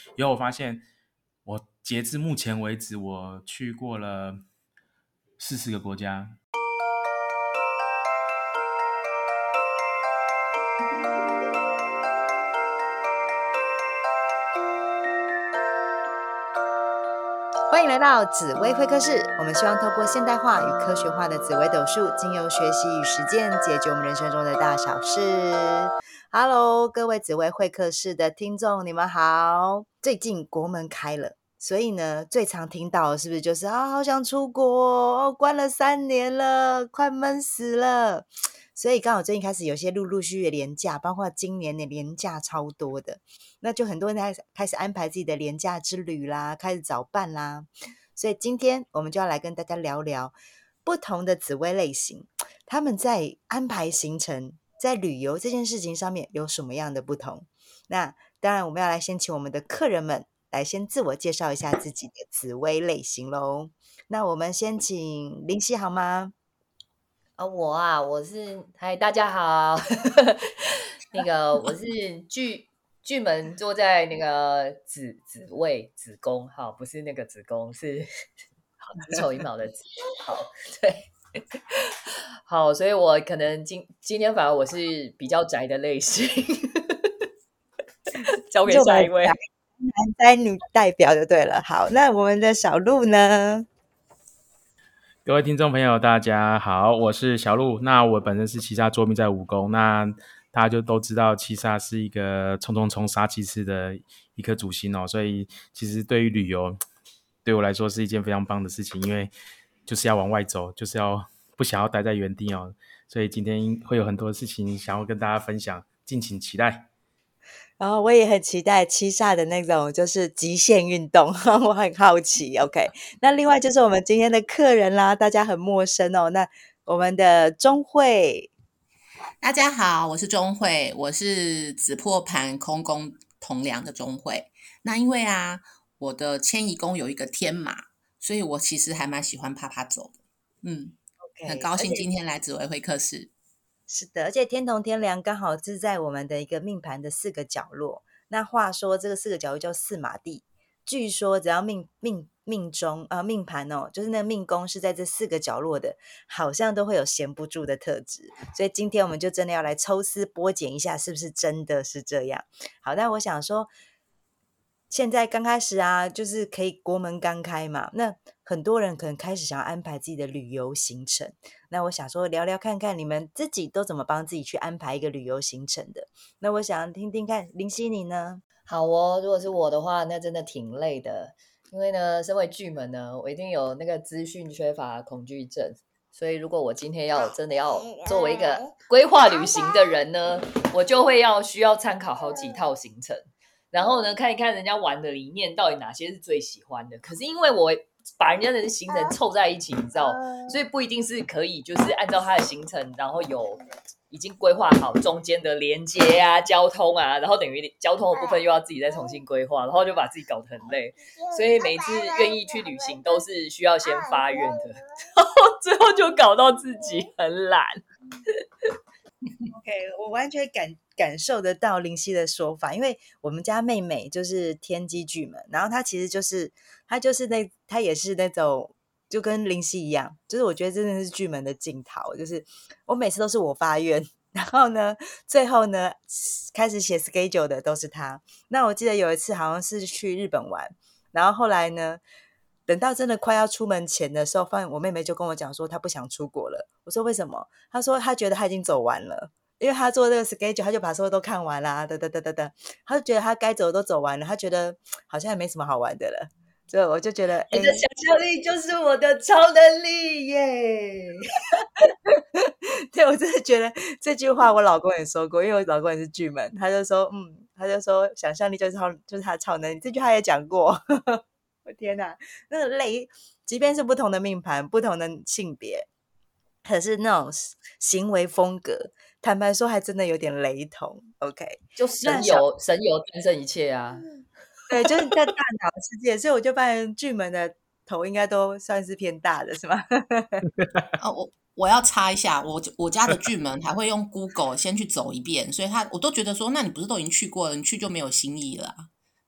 以后我发现，我截至目前为止，我去过了40个国家。 欢迎来到紫微会客室，我们希望透过现代化与科学化的紫微斗数，经由学习与实践，解决我们人生中的大小事。Hello，各位紫微会客室的听众，你们好。最近国门开了，所以呢，最常听到的是不是就是好想出国哦，关了3年了，快闷死了。所以刚好最近开始有些陆陆续续的连假，包括今年的连假超多的，那就很多人开始安排自己的连假之旅啦，开始早办啦。所以今天我们就要来跟大家聊聊不同的紫微类型，他们在安排行程、在旅游这件事情上面有什么样的不同。那当然我们要来先请我们的客人们来先自我介绍一下自己的紫微类型咯。那我们先请林夕好吗？ 我是嗨，大家好，我是巨门坐在那个子位子宫，好，不是那个子宫，是子丑寅卯的子，好，对，好，所以我可能今天反而我是比较宅的类型，交给就我们下一位。 男宅女代表就对了。好，那我们的小鹿呢？ 各位听众朋友，大家好，我是小鹿。那我本身是七煞坐命在五宫，那大家就都知道七煞是一个冲冲冲杀气式的一颗主星哦，所以其实对于旅游，对我来说是一件非常棒的事情，因为就是要往外走，就是要不想要待在原地哦，所以今天会有很多事情想要跟大家分享，敬请期待。 然后我也很期待七煞的那种就是极限运动，我很好奇。OK，那另外就是我们今天的客人啦，大家很陌生哦。那我们的钟慧， 大家好，我是钟慧，我是紫破盘空宫同梁的钟慧。那因为我的迁移宫有一个天马，所以我其实还蛮喜欢趴趴走的。很 OK， 高而且兴今天来紫微会客室。 是的，而且天同天梁刚好是在我们的一个命盘的4个角落。那话说这个4个角落叫四马地，据说只要命盘哦，就是那个命宫是在这4个角落的，好像都会有闲不住的特质。所以今天我们就真的要来抽丝剥茧一下，是不是真的是这样？好，那我想说，现在刚开始就是可以国门刚开嘛，那很多人可能开始想要安排自己的旅游行程。那我想说聊聊看看你们自己都怎么帮自己去安排一个旅游行程的。那我想听听看林夕你呢？ 好哦，如果是我的话，那真的挺累的，因为呢，身为巨门呢，我一定有那个资讯缺乏恐惧症，所以如果我今天真的要作为一个规划旅行的人呢，我就会需要参考好几套行程，然后呢，看一看人家玩的里面到底哪些是最喜欢的。可是因为我把人家的行程凑在一起，你知道，所以不一定是可以就是按照他的行程，然后已经规划好中间的连接交通然后等于交通的部分又要自己再重新规划，然后就把自己搞得很累。所以每次愿意去旅行都是需要先发愿的，然后最后就搞到自己很懒。 OK，我完全感受得到林夕的说法，因为我们家妹妹就是天机巨门，然后她其实她也是那种就跟林夕一样，就是我觉得真的是巨门的镜头，就是我每次都是我发愿，然后呢，最后呢开始写 schedule 的都是她。那我记得有一次好像是去日本玩，然后后来呢，等到真的快要出门前的时候，发现我妹妹就跟我讲说她不想出国了。我说为什么？她说她觉得她已经走完了。因为他做这个 schedule，他就把所有都看完啦，他就觉得他该走的都走完了，他觉得好像也没什么好玩的了，所以我就觉得， 你的想象力就是我的超能力耶！ 对我真的觉得这句话我老公也说过，因为我老公也是巨门，他就说想象力就是他的超能力，这句话也讲过。我天哪，那个累，即便是不同的命盘、不同的性别，可是那种行为风格，坦白说还真的有点雷同。OK， 就那神游战胜一切对，就是在大脑世界，所以我就发现巨门的头应该都算是偏大的，是吗？ 我要插一下，我家的巨门还会用 Google 先去走一遍，所以我都觉得说，那你不是都已经去过了，你去就没有新意了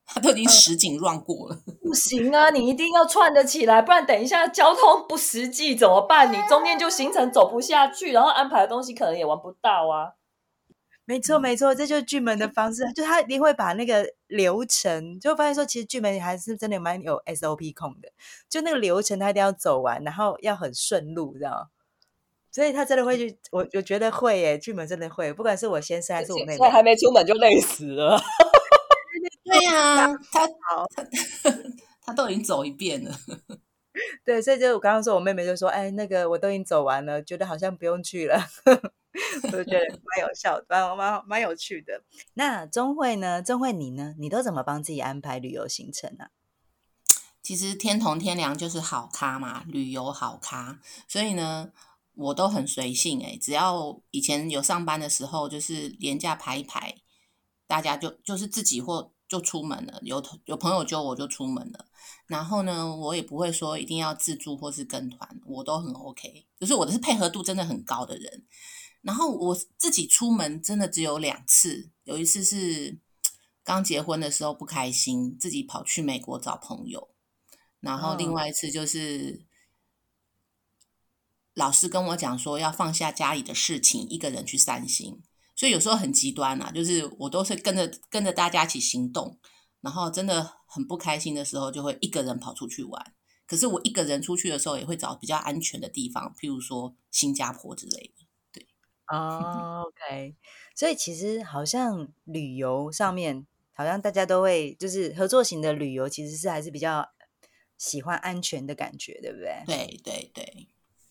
他都已经实景 run 过了。 不行啊，你一定要串得起来，不然等一下交通不实际怎么办？你中间就行程走不下去，然后安排的东西可能也玩不到啊。 没错，没错，这就是巨门的方式，就他一定会把那个流程，就发现说，其实巨门还是真的蛮有 SOP 控的，就那个流程他一定要走完，然后要很顺路，这样。所以他真的会去，我觉得会耶，巨门真的会，不管是我先生还是我妹妹， 现在还没出门就累死了。 对呀、 好， 他都已经走一遍了。 对，所以就我刚刚说，我妹妹就说，哎，那个我都已经走完了，觉得好像不用去了，我就觉得蛮有效，蛮有趣的。那钟慧呢？钟慧你呢？你都怎么帮自己安排旅游行程啊？ 其实天同天良就是好咖嘛，旅游好咖，所以呢，我都很随性只要以前有上班的时候，就是连假排一排，大家就是自己或就出门了，有朋友揪我就出门了。然后呢，我也不会说一定要自助或是跟团，我都很 OK，就是我的是配合度真的很高的人。然后我自己出门真的只有2次，有一次是刚结婚的时候不开心，自己跑去美国找朋友。然后另外一次就是老师跟我讲说要放下家里的事情，一个人去散心。所以有时候很极端啊，就是我都是跟着大家一起行动，然后真的很不开心的时候，就会一个人跑出去玩。可是我一个人出去的时候，也会找比较安全的地方，譬如说新加坡之类的。对， OK，所以其实好像旅游上面，好像大家都会就是合作型的旅游，其实是还是比较喜欢安全的感觉，对不对对对对，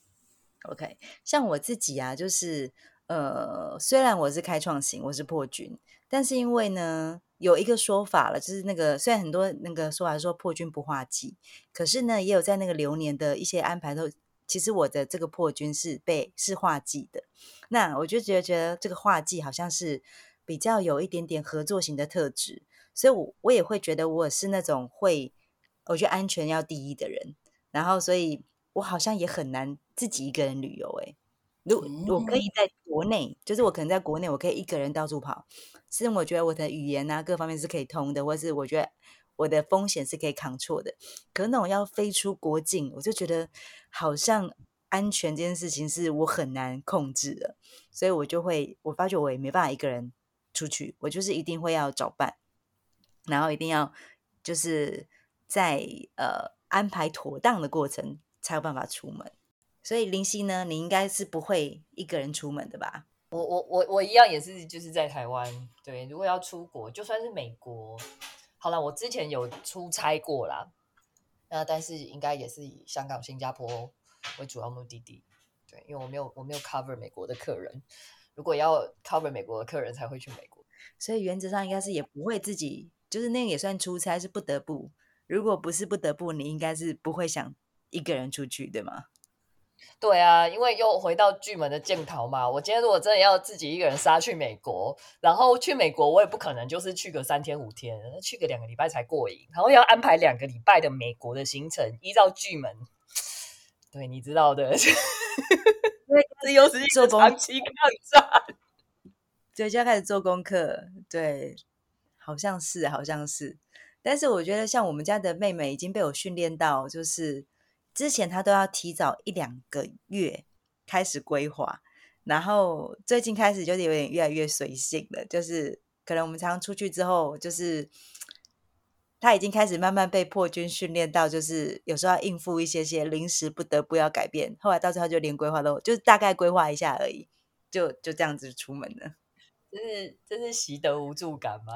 ？OK，像我自己啊，就是虽然我是开创型，我是破军，但是因为呢有一个说法了，就是那个虽然很多那个说法说破军不化忌，可是呢也有在那个流年的一些安排都，其实我的这个破军是化忌的。那我就觉得这个画技好像是比较有一点点合作型的特质，所以我也会觉得我是那种我觉得安全要第一的人，然后所以我好像也很难自己一个人旅游如果我可以在国内，就是我可能在国内我可以一个人到处跑，是我觉得我的语言啊各方面是可以通的，或是我觉得我的风险是可以扛错的。可是那种要飞出国境，我就觉得好像安全这件事情是我很难控制的，所以我发觉我也没办法一个人出去，我就是一定会要找伴，然后一定要就是在安排妥当的过程才有办法出门。所以林夕呢，你应该是不会一个人出门的吧？ 我一样也是，就是在台湾。对，如果要出国，就算是美国，好了，我之前有出差过啦，那但是应该也是以香港、新加坡为主要目的地。对，因为我没有 cover 美国的客人，如果要 cover 美国的客人才会去美国。 所以原则上应该是也不会自己，就是那个也算出差，是不得不。如果不是不得不，你应该是不会想一个人出去，对吗？ 对啊，因为又回到巨门的剑桃嘛。我今天如果真的要自己一个人杀去美国，然后去美国，我也不可能就是去个3天5天，去个2个礼拜才过瘾，然后要安排2个礼拜的美国的行程，依照巨门，对，你知道的，这又是一个长期抗战。 对，就要开始做功课。对，好像是。但是我觉得像我们家的妹妹已经被我训练到，就是之前她都要提早1-2个月开始规划，然后最近开始就是有点越来越随性了，就是可能我们常常出去之后，就是她已经开始慢慢被破军训练到，就是有时候要应付一些临时不得不要改变，后来到最后就连规划都就是大概规划一下而已，就这样子出门了。 这是习得无助感吗？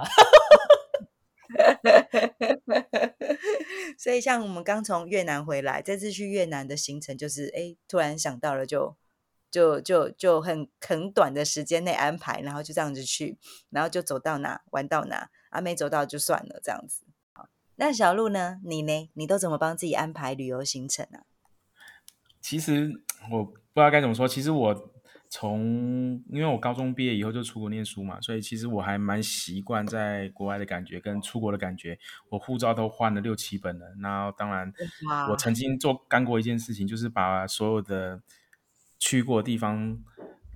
所以像我们刚从越南回来，这次去越南的行程就是突然想到了就很短的时间内安排，然后就这样子去，然后就走到哪玩到哪，没走到就算了这样子。那小鹿呢？你呢？你都怎么帮自己安排旅游行程啊？ 其实我不知道该怎么说，其实我因为我高中毕业以后就出国念书嘛，所以其实我还蛮习惯在国外的感觉跟出国的感觉。我护照都换了6-7本了，那当然我曾经干过一件事情，就是把所有的去过的地方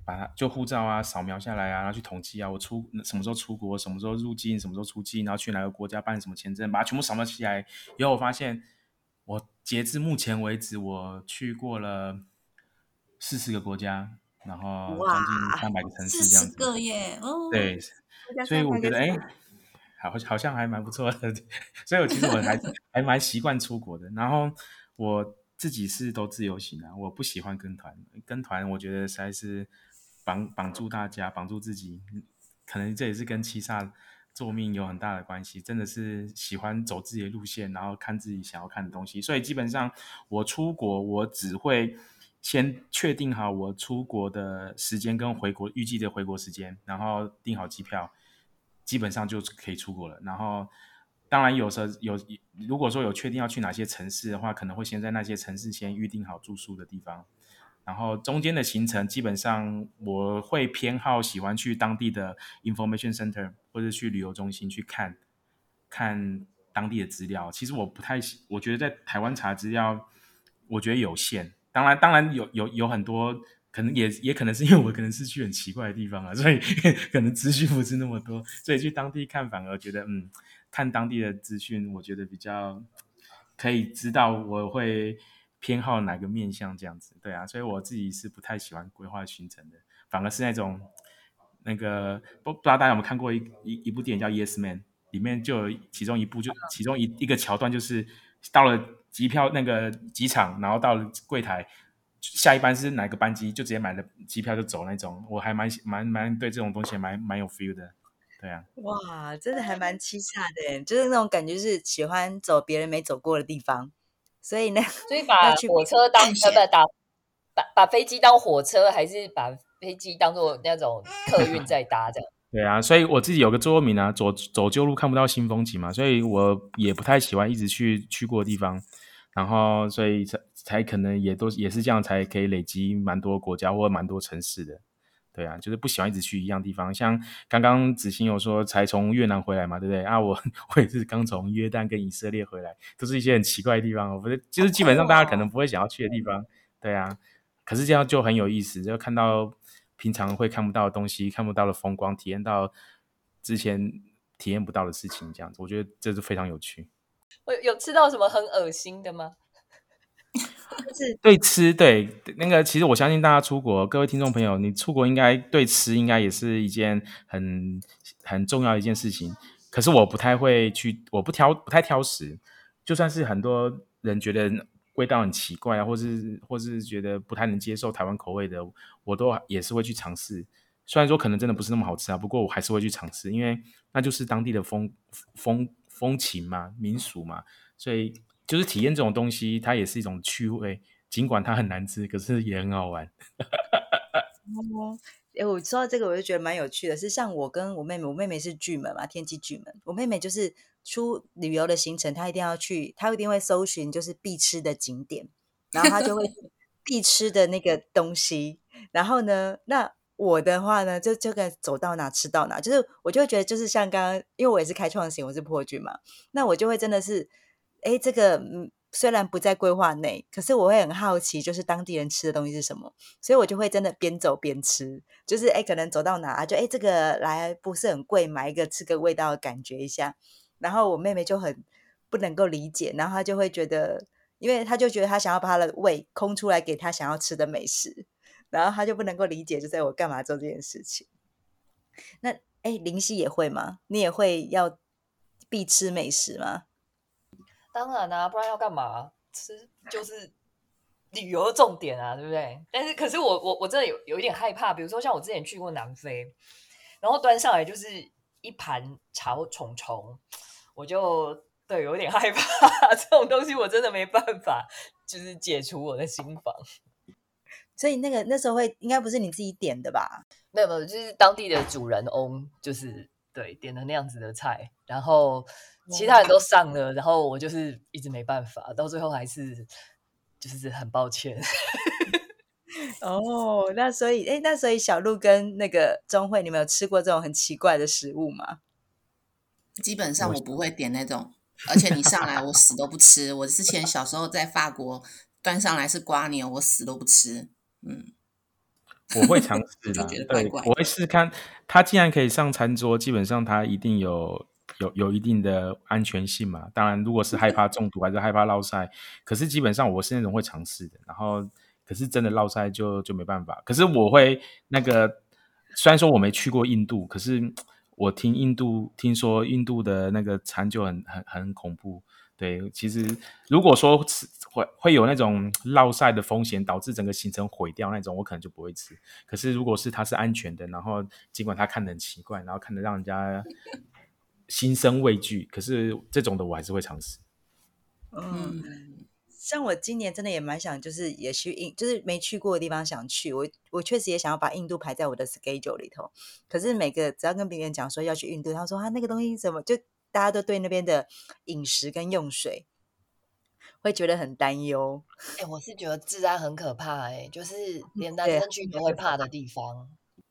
把它就护照啊扫描下来啊，然后去统计啊，我什么时候出国，什么时候入境，什么时候出境，然后去哪个国家办什么签证，把它全部扫描起来。以后我发现，我截至目前为止，我去过了40个国家，然后哇， 将近300个城市这样 40 子。 个耶，哦， 对， 国家所以我觉得，哎， 300个好像还蛮不错的。所以我其实还蛮习惯出国的。然后我自己是都自由行啊，我不喜欢跟团。跟团我觉得实在是绑住大家，绑住自己。可能这也是跟七煞做命有很大的关系。真的是喜欢走自己的路线，然后看自己想要看的东西。所以基本上我出国，我只会先确定好我出国的时间跟预计的回国时间，然后订好机票，基本上就可以出国了。然后当然有时候如果说有确定要去哪些城市的话，可能会先在那些城市先预定好住宿的地方。然后中间的行程基本上我会偏好喜欢去当地的 information center 或者去旅游中心去看看当地的资料。其实我觉得在台湾查资料，我觉得有限。当然有很多，可能也可能是因为我可能是去很奇怪的地方啊，所以可能资讯不是那么多，所以去当地看反而觉得看当地的资讯，我觉得比较可以知道我会偏好哪个面向这样子。对啊，所以我自己是不太喜欢规划行程的，反而是那种不知道大家有没有看过一部电影叫《Yes Man》，里面就有其中一个桥段，就是到了那个机场，然后到了柜台，下一班是哪个班机，就直接买了机票就走那种。我还蛮对这种东西蛮有 feel 的。对啊， 哇，真的还蛮凄惨的耶，就是那种感觉是喜欢走别人没走过的地方，所以呢， 所以把要去火车当探险把飞机当火车，还是把飞机当做那种客运在搭这样？ 对啊，所以我自己有个座右铭啊，走旧路看不到新风景嘛，所以我也不太喜欢一直去过的地方，然后所以才可能也是这样，才可以累积蛮多国家或者蛮多城市的。对啊，就是不喜欢一直去一样地方。像刚刚子欣有说才从越南回来嘛，对不对啊？我也是刚从约旦跟以色列回来，都是一些很奇怪的地方。我觉得就是基本上大家可能不会想要去的地方。对啊，可是这样就很有意思，就看到平常会看不到的东西，看不到的风光，体验到之前体验不到的事情，这样子，我觉得这是非常有趣。 有吃到什么很恶心的吗？ 对那个，其实我相信大家出国，各位听众朋友，你出国应该对吃应该也是一件很重要的一件事情。可是我不太挑食，就算是很多人觉得味道很奇怪啊，或是觉得不太能接受台湾口味的，我都也是会去尝试。虽然说可能真的不是那么好吃啊，不过我还是会去尝试，因为那就是当地的风情嘛，民俗嘛，所以就是体验这种东西，它也是一种趣味。尽管它很难吃，可是也很好玩。 哦，我说到这个，我就觉得蛮有趣的。是像我跟我妹妹，我妹妹是巨门嘛，天机巨门。我妹妹就是出旅游的行程，她一定要去，她一定会搜寻就是必吃的景点，然后她就会必吃的那个东西。然后呢，那我的话呢，就跟走到哪吃到哪，就是我就会觉得，就是像刚刚，因为我也是开创型，我是破军嘛，那我就会真的是，哎，这个虽然不在规划内，可是我会很好奇，就是当地人吃的东西是什么。所以我就会真的边走边吃，就是可能走到哪就这个来不是很贵，买一个吃个味道感觉一下。然后我妹妹就很不能够理解，然后她就会觉得，因为她就觉得她想要把她的胃空出来给她想要吃的美食，然后她就不能够理解，就是我干嘛做这件事情。那林夕也会吗？你也会要必吃美食吗？ 当然啦、不然要干嘛？吃就是旅游的重点啊，对不对？可是我真的有一点害怕，比如说像我之前去过南非，然后端上来就是一盘炒虫虫，我就对有点害怕这种东西，我真的没办法，就是解除我的心防。 所以那时候应该不是你自己点的吧？ 没有，就是当地的主人翁，就是对点了那样子的菜，然后其他人都上了，然后我就是一直没办法，到最后还是就是很抱歉。 哦，那所以小鹿跟那个钟慧，你们有吃过这种很奇怪的食物吗？ 基本上我不会点那种，而且你上来我死都不吃。我之前小时候在法国端上来是瓜牛，我死都不吃。 我会尝试就啦，对， 觉得怪怪的。 我会试看。它既然可以上餐桌，基本上它一定有一定的安全性嘛。当然，如果是害怕中毒还是害怕落晒，可是基本上我是那种会尝试的。然后，可是真的落晒就没办法。可是我会那个，虽然说我没去过印度，可是我听说印度的那个餐就很恐怖。对，其实如果说会有那种落晒的风险，导致整个行程毁掉那种，我可能就不会吃。可是如果是它是安全的，然后尽管它看得很奇怪，然后看得让人家心生畏惧，可是这种的我还是会尝试。 嗯， 像我今年真的也蛮想，就是也去就是没去过的地方想去。我确实也想要把印度排在我的 schedule 里头。可是每个只要跟别人讲说要去印度，他说那个东西怎么就大家都对那边的饮食跟用水会觉得很担忧。 我是觉得治安很可怕，就是连男对， 生去都会怕的地方。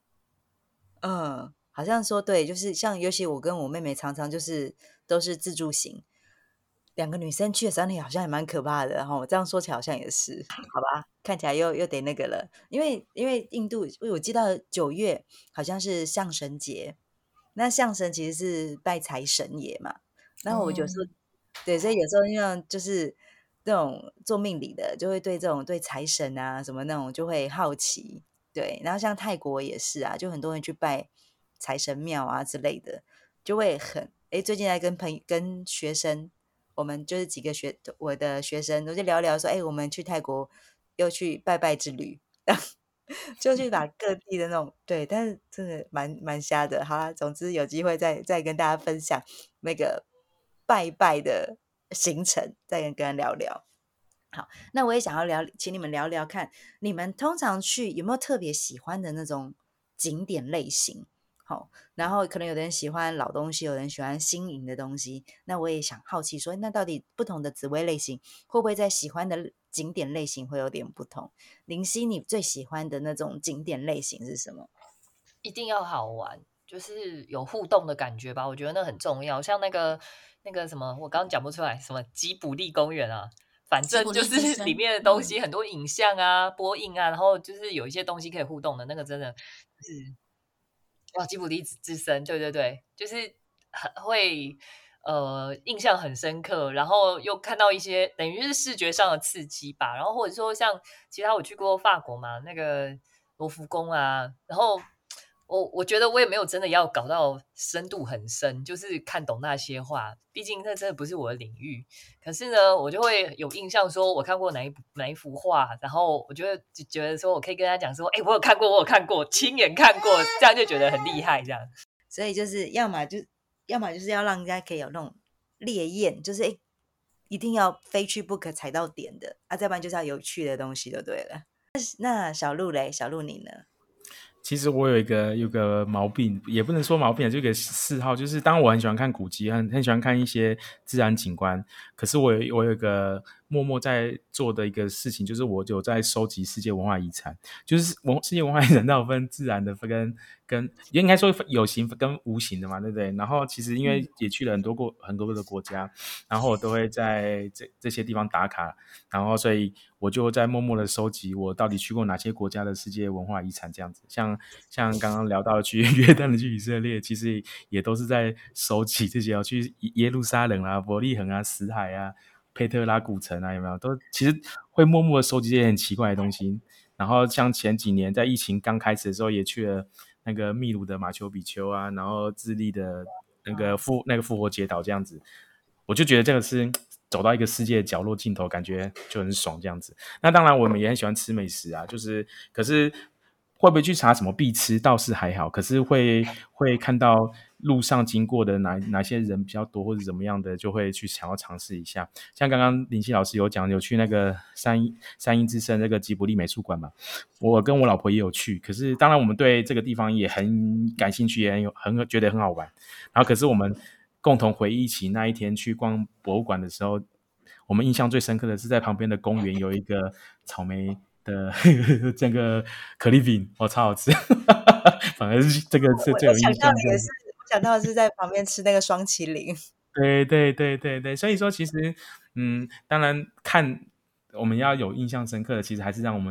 好像说对，就是像尤其我跟我妹妹常常就是都是自助型，两个女生去的时候，那好像也蛮可怕的哈。这样说起来好像也是，好吧？看起来又得那个了，因为印度，我记到9月好像是象神节，那象神其实是拜财神爷嘛。然后我就说，对，所以有时候像就是那种做命理的，就会对这种对财神啊什么那种就会好奇。对，然后像泰国也是啊，就很多人去拜财神庙啊之类的，就会很最近在跟学生，我们就是几个我的学生，我就聊聊说，我们去泰国又去拜拜之旅，就去把各地的那种对，但是真的蛮瞎的。好啦，总之有机会再跟大家分享那个拜拜的行程，再跟人聊聊。好，那我也想要请你们聊聊看，你们通常去有没有特别喜欢的那种景点类型？好，然后可能有的人喜欢老东西，有人喜欢新颖的东西。那我也想好奇说，那到底不同的紫薇类型会不会在喜欢的景点类型会有点不同？林夕，你最喜欢的那种景点类型是什么？ 一定要好玩，就是有互动的感觉吧，我觉得那很重要。像那个什么，我刚刚讲不出来，什么吉卜力公园啊，反正就吉卜力之是里声， 面的东西很多影像啊、播映啊，然后就是有一些东西可以互动的，那个真的就是吉卜力之声，对对对，就是很会印象很深刻，然后又看到一些等于是视觉上的刺激吧，然后或者说像其他我去过法国嘛，那个罗浮宫啊，然后我觉得我也没有真的要搞到深度很深，就是看懂那些画，毕竟那真的不是我的领域。可是呢，我就会有印象说我看过哪一幅画，然后我就会觉得说我可以跟他讲说，我有看过，我有看过，亲眼看过，这样就觉得很厉害，这样。 所以就是要么就是要让人家可以有那种烈焰，就是一定要非去不可踩到点的啊，再不然就是要有趣的东西就对了。那小鹿嘞，小鹿你呢？ 其实我有个毛病，也不能说毛病，就有个嗜好，就是当然我很喜欢看古迹，很喜欢看一些自然景观。可是我有一个默默在做的一个事情，就是我有在收集世界文化遗产。就是世界文化遗产，它有分自然的跟应该说有形跟无形的嘛，对不对？然后其实因为也去了很多个国家，然后我都会在这些地方打卡，然后所以我就在默默的收集我到底去过哪些国家的世界文化遗产这样子。像刚刚聊到去约旦的去以色列，其实也都是在收集这些去耶路撒冷啊、伯利恒啊、死海啊、佩特拉古城啊，有没有？都其实会默默的收集这些很奇怪的东西。然后像前几年在疫情刚开始的时候，也去了那个秘鲁的马丘比丘啊，然后智利的那个复活节岛这样子。我就觉得这个是走到一个世界的角落尽头，感觉就很爽这样子。那当然我们也很喜欢吃美食啊，可是会不会去查什么必吃倒是还好，可是会看到路上经过的哪些人比较多或者怎么样的，就会去想要尝试一下。像刚刚林夕老师有讲有去那个三鹰之森那个吉卜力美术馆嘛，我跟我老婆也有去，可是当然我们对这个地方也很感兴趣，也觉得很好玩。然后可是我们共同回忆起那一天去逛博物馆的时候，我们印象最深刻的是在旁边的公园有一个草莓的这个可丽饼，超好吃。反而是这个是最有印象这样子。 我想到的是在旁边吃那个双麒麟。 对对对对对，所以说其实当然我们要有印象深刻的，其实还是让我们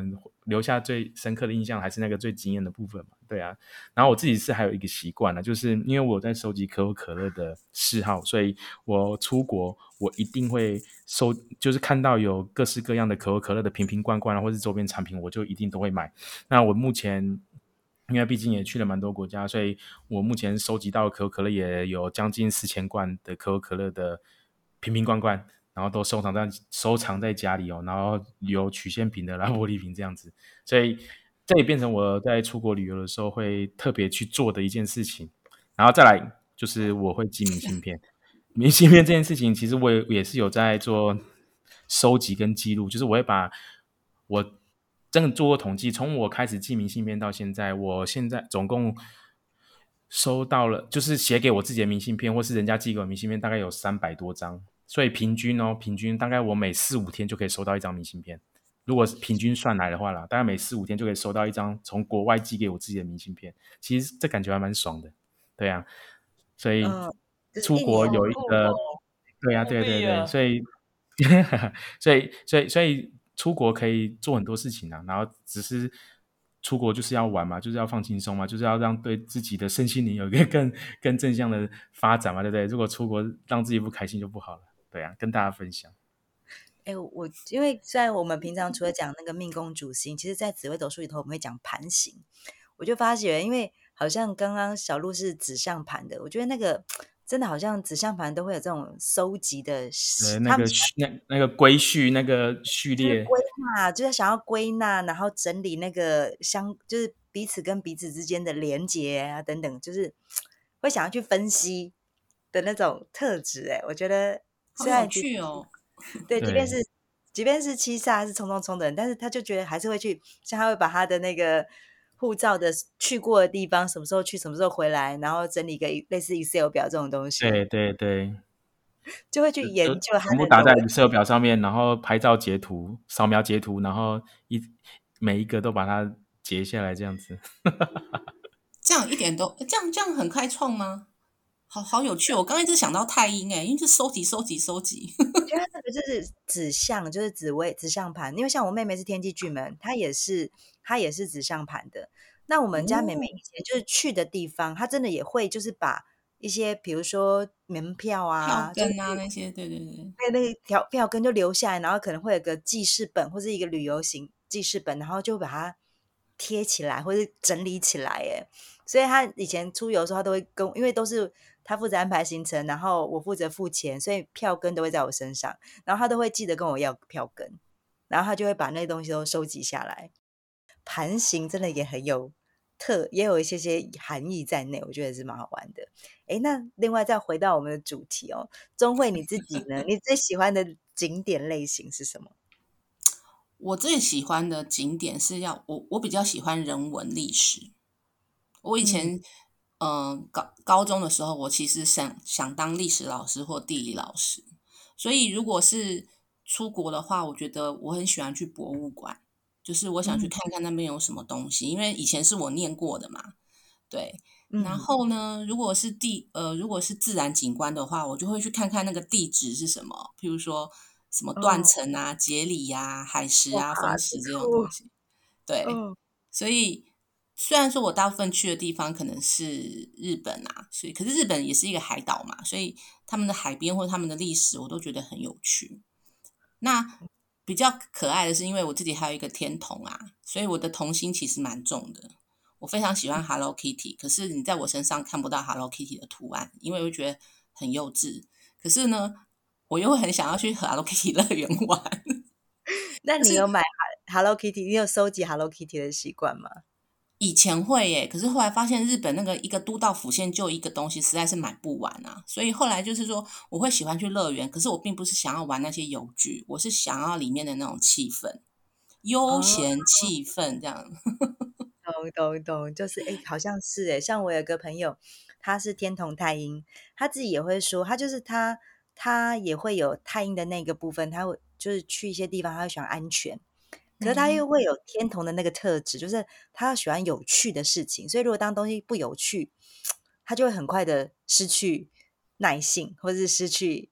留下最深刻的印象还是那个最惊艳的部分嘛，对啊。然后我自己是还有一个习惯呢，就是因为我在收集可口可乐的嗜好，所以我出国我一定会就是看到有各式各样的可口可乐的瓶瓶罐罐或是周边产品，我就一定都会买。那我目前因为毕竟也去了蛮多国家，所以我目前收集到的可口可乐也有将近4000罐的可口可乐的瓶瓶罐罐，然后都收藏在家里哦，然后有曲线瓶的啦、玻璃瓶这样子，所以这也变成我在出国旅游的时候会特别去做的一件事情。然后再来就是我会寄明信片，明信片这件事情其实我也是有在做收集跟记录，就是我会把我真的做过统计，从我开始寄明信片到现在，我现在总共收到了，就是写给我自己的明信片，或是人家寄给我明信片，大概有300多张，所以平均大概我每4-5天就可以收到一张明信片。如果平均算来的话啦，大概每4-5天就可以收到一张从国外寄给我自己的明信片，其实这感觉还蛮爽的，对啊，所以就是出国有一个，对啊，对对对，所以所以出国可以做很多事情啊，然后只是出国就是要玩嘛，就是要放轻松嘛，就是要让对自己的身心灵有一个更正向的发展嘛，对不对？如果出国让自己不开心就不好了，对啊，跟大家分享。 我因为在我们平常除了讲那个命宫主星，其实在紫微斗数里头我们会讲盘形，我就发觉，因为好像刚刚小鹿是指向盘的，我觉得那个真的好像指向盘都会有这种收集的， 那个他们那个归序那个序列， 就是归纳，就是想要归纳，然后整理那个就是彼此跟彼此之间的连结啊等等，就是会想要去分析的那种特质。我觉得好有虽然趣哦。 对， 对即便是七煞是冲冲冲的人，但是他就觉得还是会去，像他会把他的那个护照的去过的地方，什么时候去，什么时候回来，然后整理一个类似 Excel 表这种东西， 对对对， 就会去就研究他全部打在的逻辑。 Excel 表上面，然后拍照截图、扫描截图，然后每一个都把它截下来，这样子。 这样一点都这样很开创吗？好有趣哦！我刚刚一直想到太阴因为就收集。 我觉得这个就是指向，就是指向盘。因为像我妹妹是天机巨门，她也是指向盘的。那我们家妹妹以前就是去的地方，她真的也会就是把一些比如说门票啊，就是票根啊那些，对对对， 对那个票根就留下来，然后可能会有个记事本或是一个旅游型记事本，然后就把它贴起来或是整理起来。所以她以前出游的时候，她都会因为都是她负责安排行程，然后我负责付钱，所以票根都会在我身上，然后她都会记得跟我要票根，然后她就会把那些东西都收集下来。盘形真的也很有也有一些含义在内，我觉得是蛮好玩的。那另外再回到我们的主题哦，钟慧你自己呢？你最喜欢的景点类型是什么？ 我最喜欢的景点是我比较喜欢人文历史。我以前高中的时候，我其实想当历史老师或地理老师，所以如果是出国的话，我觉得我很喜欢去博物馆，就是我想去看看那边有什么东西，因为以前是我念过的嘛，对。然后呢，如果是自然景观的话，我就会去看看那个地质是什么，譬如说什么断层啊、节理啊、海蚀啊、 哇， 风蚀这种东西。对，所以虽然说我大部分去的地方可能是日本啊，可是日本也是一个海岛嘛，所以他们的海边或者他们的历史我都觉得很有趣。那比较可爱的是，因为我自己还有一个天同啊，所以我的童心其实蛮重的。我非常喜欢 Hello Kitty， 可是你在我身上看不到 Hello Kitty 的图案，因为我觉得很幼稚。可是呢，我又很想要去 Hello Kitty 乐园玩。 那你有买 Hello Kitty？ 你有收集 Hello Kitty 的习惯吗？ 以前会耶，可是后来发现日本那个一个都道府县就一个东西，实在是买不完啊。所以后来就是说，我会喜欢去乐园，可是我并不是想要玩那些游具，我是想要里面的那种气氛，悠闲气氛这样。 懂，就是好像是像我有个朋友，他是天同太阴，他自己也会说，他就是他也会有太阴的那个部分，他会就是去一些地方，他会喜欢安全。可是他又会有天同的那个特质，就是他喜欢有趣的事情，所以如果当东西不有趣，他就会很快的失去耐性，或是失去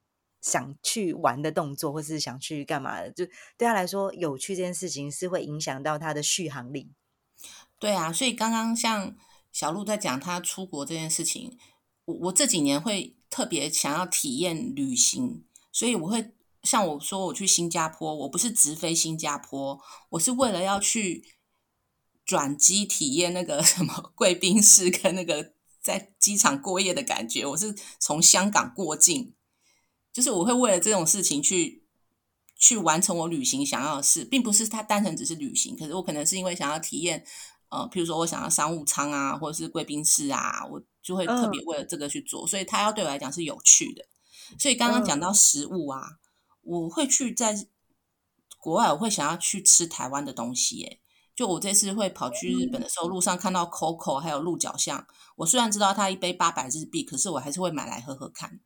想去玩的动作，或是想去干嘛的，就对他来说，有趣这件事情是会影响到他的续航力。 对啊，所以刚刚像小鹿在讲他出国这件事情，我这几年会特别想要体验旅行，所以我会像我说我去新加坡，我不是直飞新加坡，我是为了要去转机体验那个什么贵宾室跟那个在机场过夜的感觉，我是从香港过境，就是我会为了这种事情去完成我旅行想要的事，并不是它单纯只是旅行，可是我可能是因为想要体验譬如说我想要商务舱啊，或者是贵宾室啊，我就会特别为了这个去做，所以它要对我来讲是有趣的。所以刚刚讲到食物啊，我会去在国外，我会想要去吃台湾的东西耶。就我这次会跑去日本的时候，路上看到 Coco 还有鹿角巷，我虽然知道它一杯800日币，可是我还是会买来喝喝看。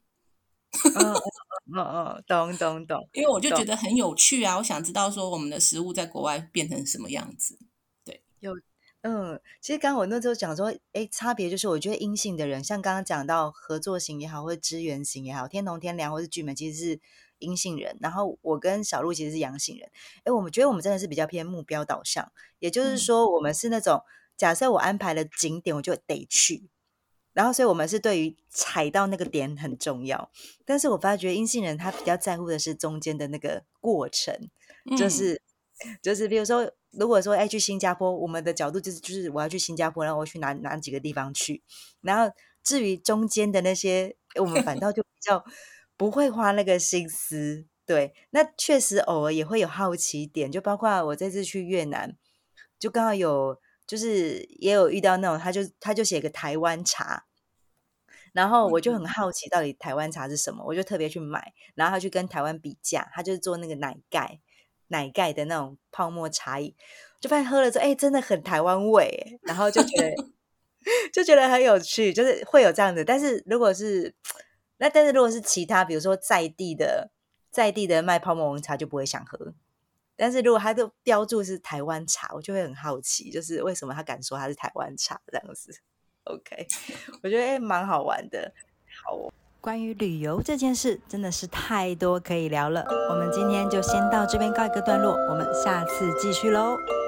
懂， 因为我就觉得很有趣啊，我想知道说我们的食物在国外变成什么样子。对， 其实刚刚我那时候讲说，差别就是我觉得阴性的人，像刚刚讲到合作型也好，或者支援型也好，天同天良或是巨门其实是阴性人，然后我跟小鹿其实是阳性人。我们觉得我们真的是比较偏目标导向，也就是说我们是那种假设我安排了景点我就得去，然后所以我们是对于踩到那个点很重要，但是我发觉阴性人他比较在乎的是中间的那个过程，就是比如说如果说去新加坡，我们的角度就是我要去新加坡，然后我去哪几个地方去，然后至于中间的那些我们反倒就比较不会花那个心思。对，那确实偶尔也会有好奇点，就包括我这次去越南，就刚好就是也有遇到那种他就写个台湾茶，然后我就很好奇到底台湾茶是什么，我就特别去买，然后他去跟台湾比价，他就是做那个奶盖的那种泡沫茶饮，就发现喝了之后，真的很台湾味，然后就觉得很有趣，就是会有这样子。但是如果是其他，比如说在地的卖泡沫红茶，就不会想喝。但是如果他都标注是台湾茶，我就会很好奇，就是为什么他敢说他是台湾茶这样子。OK， 我觉得蛮好玩的。好哦，关于旅游这件事真的是太多可以聊了，我们今天就先到这边告一个段落，我们下次继续咯。